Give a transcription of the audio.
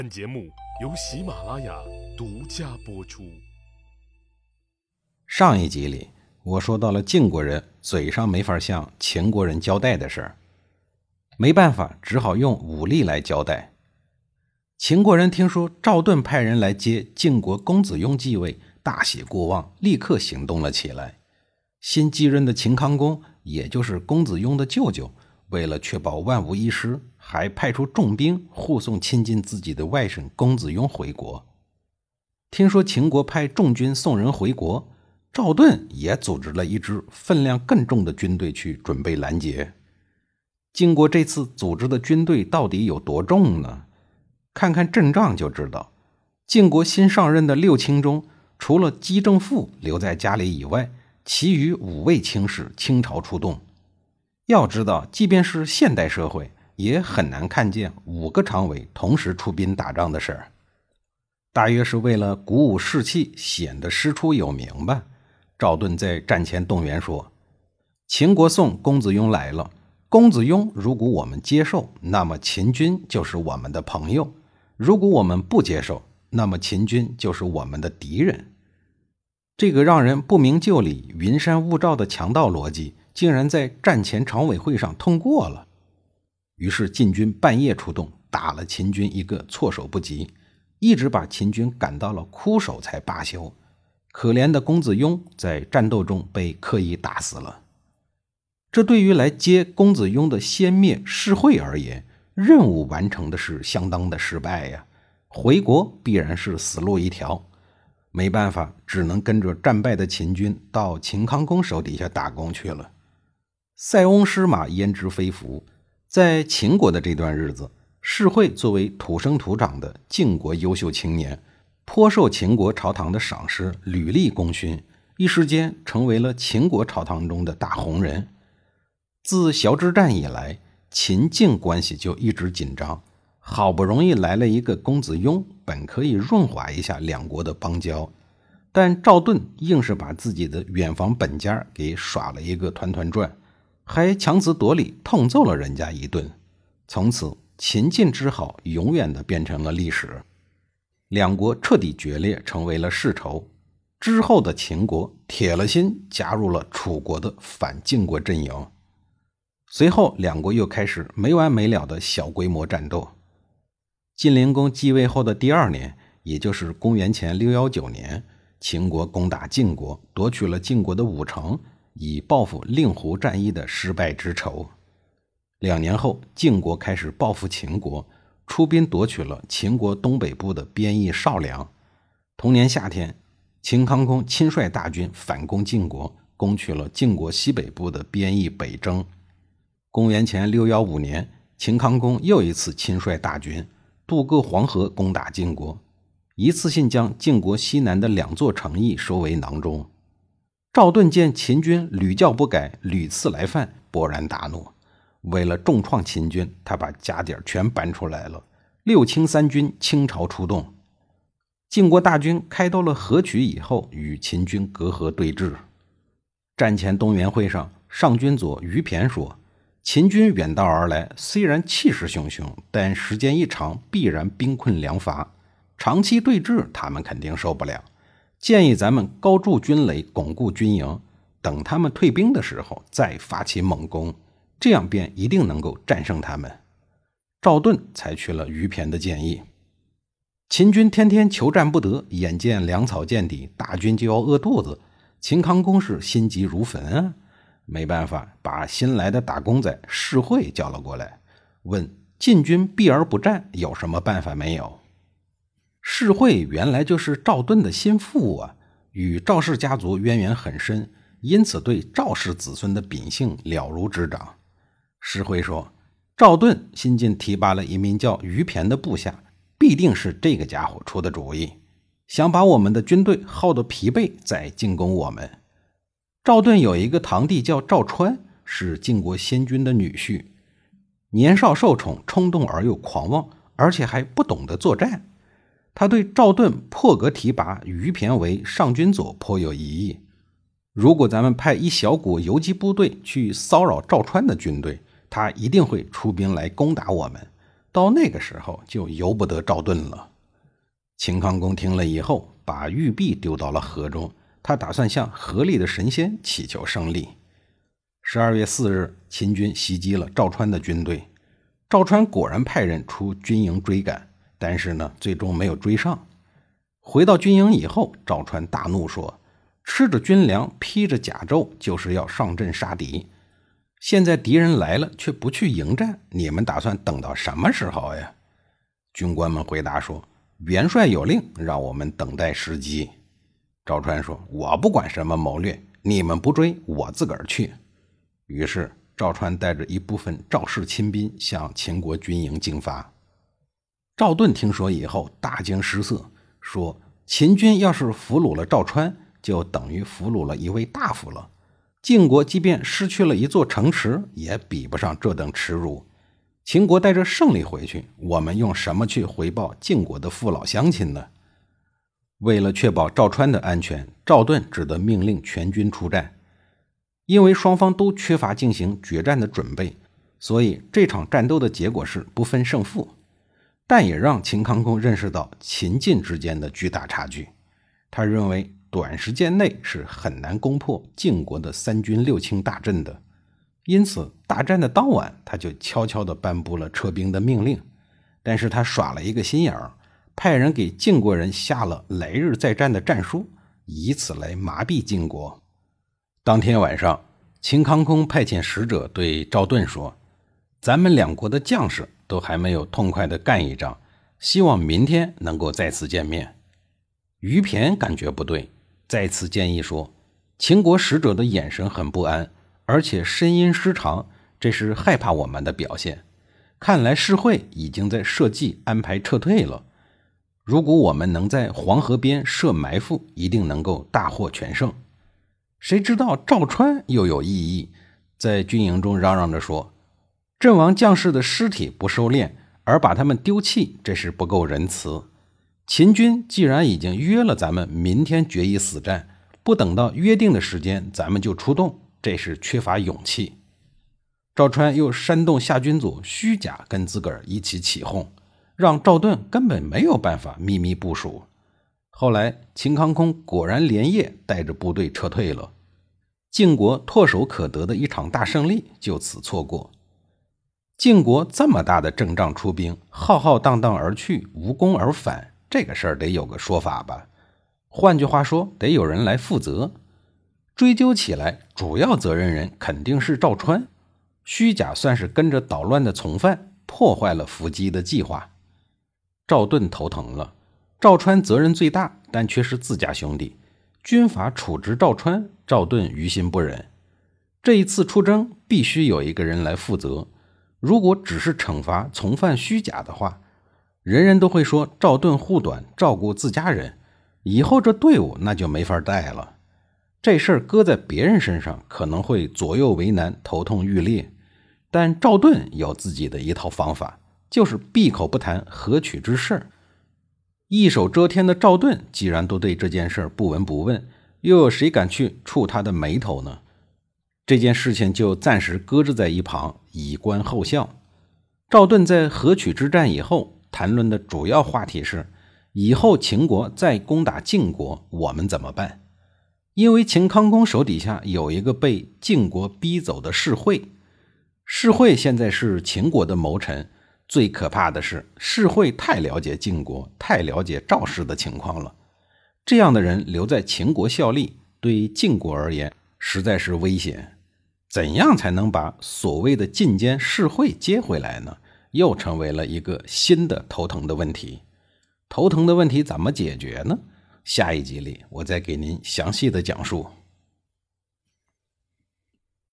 本节目由喜马拉雅独家播出。 上一集里，我说到了晋国人嘴上没法向秦国人交代的事儿，没办法，只好用武力来交代。秦国人听说赵盾派人来接晋国公子雍继位，大喜过望，立刻行动了起来。新继任的秦康公，也就是公子雍的舅舅，为了确保万无一失，还派出重兵护送亲近自己的外甥公子雍回国。听说秦国派重军送人回国，赵盾也组织了一支分量更重的军队去准备拦截。晋国这次组织的军队到底有多重呢？看看阵仗就知道。晋国新上任的六卿中，除了姬正父留在家里以外，其余5位卿士倾巢出动。要知道，即便是现代社会，也很难看见5个常委同时出兵打仗的事儿。大约是为了鼓舞士气，显得师出有名吧。赵盾在战前动员说，秦国送公子雍来了，公子雍如果我们接受，那么秦军就是我们的朋友，如果我们不接受，那么秦军就是我们的敌人。这个让人不明就里、云山雾罩的强盗逻辑，竟然在战前常委会上通过了。于是晋军半夜出动，打了秦军一个措手不及，一直把秦军赶到了枯守才罢休。可怜的公子雍在战斗中被刻意打死了。这对于来接公子雍的先灭士会而言，任务完成的是相当的失败呀，回国必然是死路一条。没办法，只能跟着战败的秦军到秦康公手底下打工去了。塞翁失马焉知非福，在秦国的这段日子，士会作为土生土长的晋国优秀青年，颇受秦国朝堂的赏识，屡立功勋，一时间成为了秦国朝堂中的大红人。自崤之战以来，秦晋关系就一直紧张，好不容易来了一个公子雍，本可以润滑一下两国的邦交，但赵盾硬是把自己的远房本家给耍了一个团团转，还强词夺理痛揍了人家一顿。从此秦晋之好永远的变成了历史，两国彻底决裂，成为了世仇。之后的秦国铁了心加入了楚国的反晋国阵营。随后两国又开始没完没了的小规模战斗。晋灵公继位后的第2年，也就是公元前619年，秦国攻打晋国，夺取了晋国的5城，以报复令狐战役的失败之仇。2年后，晋国开始报复秦国，出兵夺取了秦国东北部的边邑少梁。同年夏天，秦康公亲率大军反攻晋国，攻取了晋国西北部的边邑北征。公元前615年，秦康公又一次亲率大军渡过黄河，攻打晋国，一次性将晋国西南的2座城邑收为囊中。赵盾见秦军屡教不改，屡次来犯，勃然大怒。为了重创秦军，他把家底儿全搬出来了，6卿3军倾巢出动。晋国大军开到了河曲以后，与秦军隔河对峙。战前动员会上，上军佐于骈说，秦军远道而来，虽然气势汹汹，但时间一长必然兵困粮乏，长期对峙他们肯定受不了，建议咱们高筑军垒，巩固军营，等他们退兵的时候再发起猛攻，这样便一定能够战胜他们。赵盾采取了于骈的建议。秦军天天求战不得，眼见粮草见底，大军就要饿肚子，秦康公是心急如焚啊。没办法，把新来的打工仔士会叫了过来，问晋军避而不战，有什么办法没有？士会原来就是赵盾的心腹啊，与赵氏家族渊源很深，因此对赵氏子孙的秉性了如指掌。士会说，赵盾新近提拔了一名叫于骈的部下，必定是这个家伙出的主意，想把我们的军队耗得疲惫，再进攻我们。赵盾有一个堂弟叫赵川，是晋国先君的女婿，年少受宠，冲动而又狂妄，而且还不懂得作战。他对赵盾破格提拔于骈为上军佐颇有疑义。如果咱们派一小股游击部队去骚扰赵川的军队，他一定会出兵来攻打我们。 到那个时候就由不得赵盾了。秦康公听了以后，把玉璧丢到了河中，他打算向河里的神仙祈求胜利。12月4日，秦军袭击了赵川的军队，赵川果然派人出军营追赶，但是呢，最终没有追上。回到军营以后，赵川大怒说，吃着军粮，披着甲胄，就是要上阵杀敌。现在敌人来了，却不去迎战，你们打算等到什么时候呀？军官们回答说，元帅有令，让我们等待时机。赵川说，我不管什么谋略，你们不追，我自个儿去。于是赵川带着一部分赵氏亲兵向秦国军营进发。赵盾听说以后大惊失色，说秦军要是俘虏了赵川，就等于俘虏了一位大夫了。晋国即便失去了一座城池，也比不上这等耻辱。秦国带着胜利回去，我们用什么去回报晋国的父老乡亲呢？为了确保赵川的安全，赵盾只得命令全军出战。因为双方都缺乏进行决战的准备，所以这场战斗的结果是不分胜负，但也让秦康公认识到秦晋之间的巨大差距。他认为短时间内是很难攻破晋国的3军6卿大阵的，因此大战的当晚，他就悄悄地颁布了撤兵的命令。但是他耍了一个心眼儿，派人给晋国人下了来日再战的战书，以此来麻痹晋国。当天晚上，秦康公派遣使者对赵盾说，咱们两国的将士都还没有痛快地干一仗，希望明天能够再次见面。于骈感觉不对，再次建议说，秦国使者的眼神很不安，而且声音失常，这是害怕我们的表现。看来士会已经在设计安排撤退了。如果我们能在黄河边设埋伏，一定能够大获全胜。谁知道赵川又有异议，在军营中嚷嚷着说，阵亡将士的尸体不收敛，而把他们丢弃，这是不够仁慈。秦军既然已经约了咱们明天决一死战，不等到约定的时间咱们就出动，这是缺乏勇气。赵川又煽动下军组虚假跟自个儿一起起哄，让赵盾根本没有办法秘密部署。后来秦康公果然连夜带着部队撤退了，晋国唾手可得的一场大胜利就此错过。晋国这么大的阵仗出兵，浩浩荡荡而去，无功而返，这个事儿得有个说法吧。换句话说，得有人来负责。追究起来，主要责任人肯定是赵川。虚假算是跟着捣乱的从犯，破坏了伏击的计划。赵盾头疼了，赵川责任最大，但却是自家兄弟，军法处置赵川，赵盾于心不忍。这一次出征必须有一个人来负责，如果只是惩罚从犯虚假的话，人人都会说赵盾护短，照顾自家人，以后这队伍那就没法带了。这事儿搁在别人身上可能会左右为难，头痛欲裂，但赵盾有自己的一套方法，就是闭口不谈合取之事。一手遮天的赵盾既然都对这件事不闻不问，又有谁敢去触他的眉头呢？这件事情就暂时搁置在一旁，以观后效。赵盾在合取之战以后谈论的主要话题是，以后秦国再攻打晋国，我们怎么办？因为秦康公手底下有一个被晋国逼走的士会，士会现在是秦国的谋臣，最可怕的是士会太了解晋国，太了解赵氏的情况了。这样的人留在秦国效力，对晋国而言实在是危险。怎样才能把所谓的晋奸士会接回来呢？又成为了一个新的头疼的问题。头疼的问题怎么解决呢？下一集里我再给您详细的讲述。